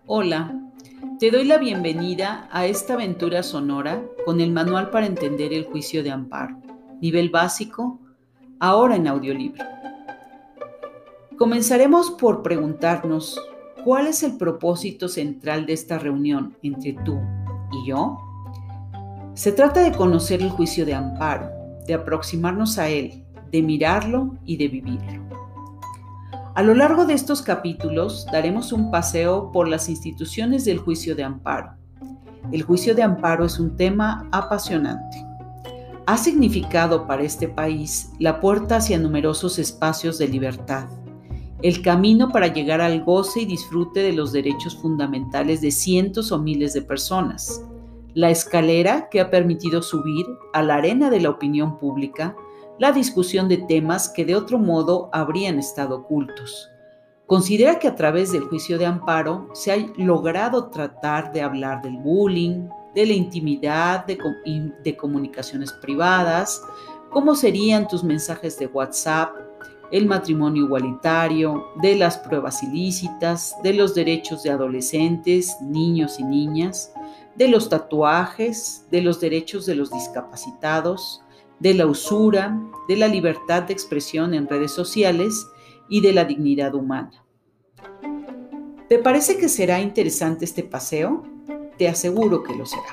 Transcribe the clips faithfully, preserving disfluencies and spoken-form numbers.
Hola, te doy la bienvenida a esta aventura sonora con el manual para entender el juicio de amparo, nivel básico, ahora en audiolibro. Comenzaremos por preguntarnos cuál es el propósito central de esta reunión entre tú y yo. Se trata de conocer el juicio de amparo, de aproximarnos a él, de mirarlo y de vivirlo. A lo largo de estos capítulos daremos un paseo por las instituciones del juicio de amparo. El juicio de amparo es un tema apasionante. Ha significado para este país la puerta hacia numerosos espacios de libertad, el camino para llegar al goce y disfrute de los derechos fundamentales de cientos o miles de personas, la escalera que ha permitido subir a la arena de la opinión pública la discusión de temas que de otro modo habrían estado ocultos. Considera que a través del juicio de amparo se ha logrado tratar de hablar del bullying, de la intimidad, de, de comunicaciones privadas, cómo serían tus mensajes de WhatsApp, el matrimonio igualitario, de las pruebas ilícitas, de los derechos de adolescentes, niños y niñas, de los tatuajes, de los derechos de los discapacitados, de la usura, de la libertad de expresión en redes sociales y de la dignidad humana. ¿Te parece que será interesante este paseo? Te aseguro que lo será.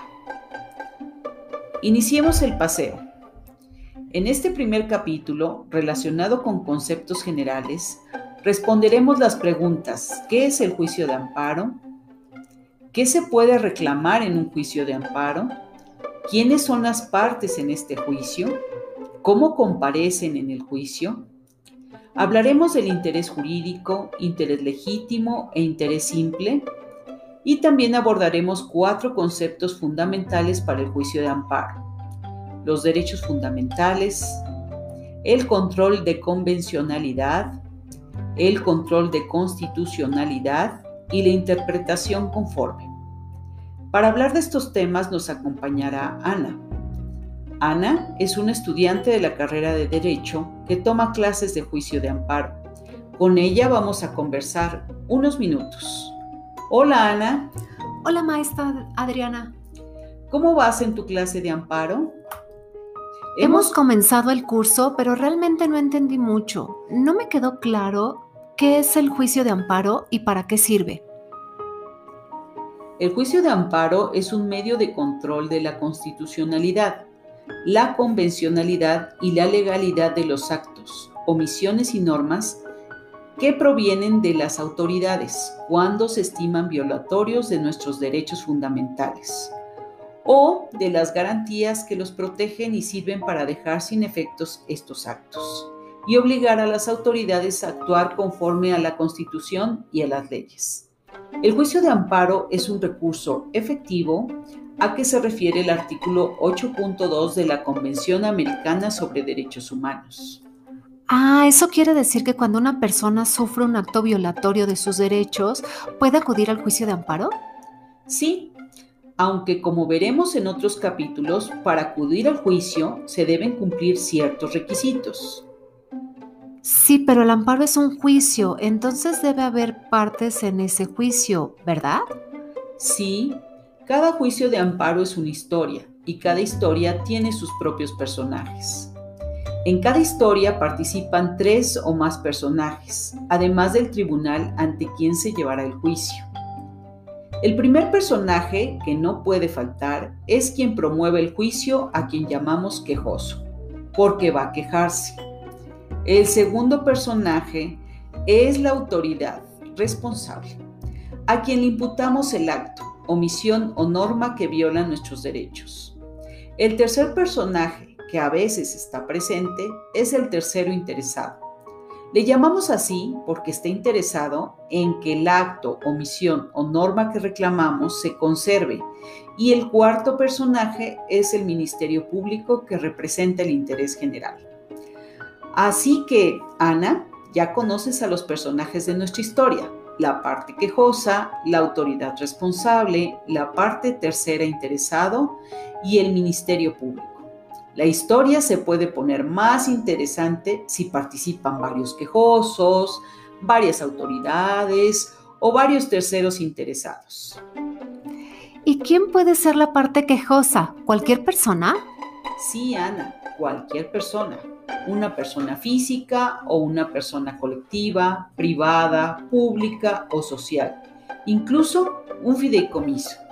Iniciemos el paseo. En este primer capítulo, relacionado con conceptos generales, responderemos las preguntas: ¿qué es el juicio de amparo? ¿Qué se puede reclamar en un juicio de amparo? ¿Quiénes son las partes en este juicio? ¿Cómo comparecen en el juicio? Hablaremos del interés jurídico, interés legítimo e interés simple, y también abordaremos cuatro conceptos fundamentales para el juicio de amparo: los derechos fundamentales, el control de convencionalidad, el control de constitucionalidad y la interpretación conforme. Para hablar de estos temas nos acompañará Ana. Ana es una estudiante de la carrera de Derecho que toma clases de juicio de amparo. Con ella vamos a conversar unos minutos. Hola, Ana. Hola, maestra Adriana. ¿Cómo vas en tu clase de amparo? Hemos, Hemos comenzado el curso, pero realmente no entendí mucho. No me quedó claro qué es el juicio de amparo y para qué sirve. El juicio de amparo es un medio de control de la constitucionalidad, la convencionalidad y la legalidad de los actos, omisiones y normas que provienen de las autoridades cuando se estiman violatorios de nuestros derechos fundamentales o de las garantías que los protegen y sirven para dejar sin efectos estos actos y obligar a las autoridades a actuar conforme a la Constitución y a las leyes. El juicio de amparo es un recurso efectivo a que se refiere el artículo ocho punto dos de la Convención Americana sobre Derechos Humanos. Ah, eso quiere decir que cuando una persona sufre un acto violatorio de sus derechos, ¿puede acudir al juicio de amparo? Sí, aunque como veremos en otros capítulos, para acudir al juicio se deben cumplir ciertos requisitos. Sí, pero el amparo es un juicio, entonces debe haber partes en ese juicio, ¿verdad? Sí, cada juicio de amparo es una historia y cada historia tiene sus propios personajes. En cada historia participan tres o más personajes, además del tribunal ante quien se llevará el juicio. El primer personaje, que no puede faltar, es quien promueve el juicio, a quien llamamos quejoso, porque va a quejarse. El segundo personaje es la autoridad responsable, a quien le imputamos el acto, omisión o norma que viola nuestros derechos. El tercer personaje, que a veces está presente, es el tercero interesado. Le llamamos así porque está interesado en que el acto, omisión o norma que reclamamos se conserve. Y el cuarto personaje es el Ministerio Público, que representa el interés general. Así que, Ana, ya conoces a los personajes de nuestra historia: la parte quejosa, la autoridad responsable, la parte tercera interesado y el Ministerio Público. La historia se puede poner más interesante si participan varios quejosos, varias autoridades o varios terceros interesados. ¿Y quién puede ser la parte quejosa? ¿Cualquier persona? Sí, Ana, cualquier persona. Una persona física o una persona colectiva, privada, pública o social. Incluso un fideicomiso.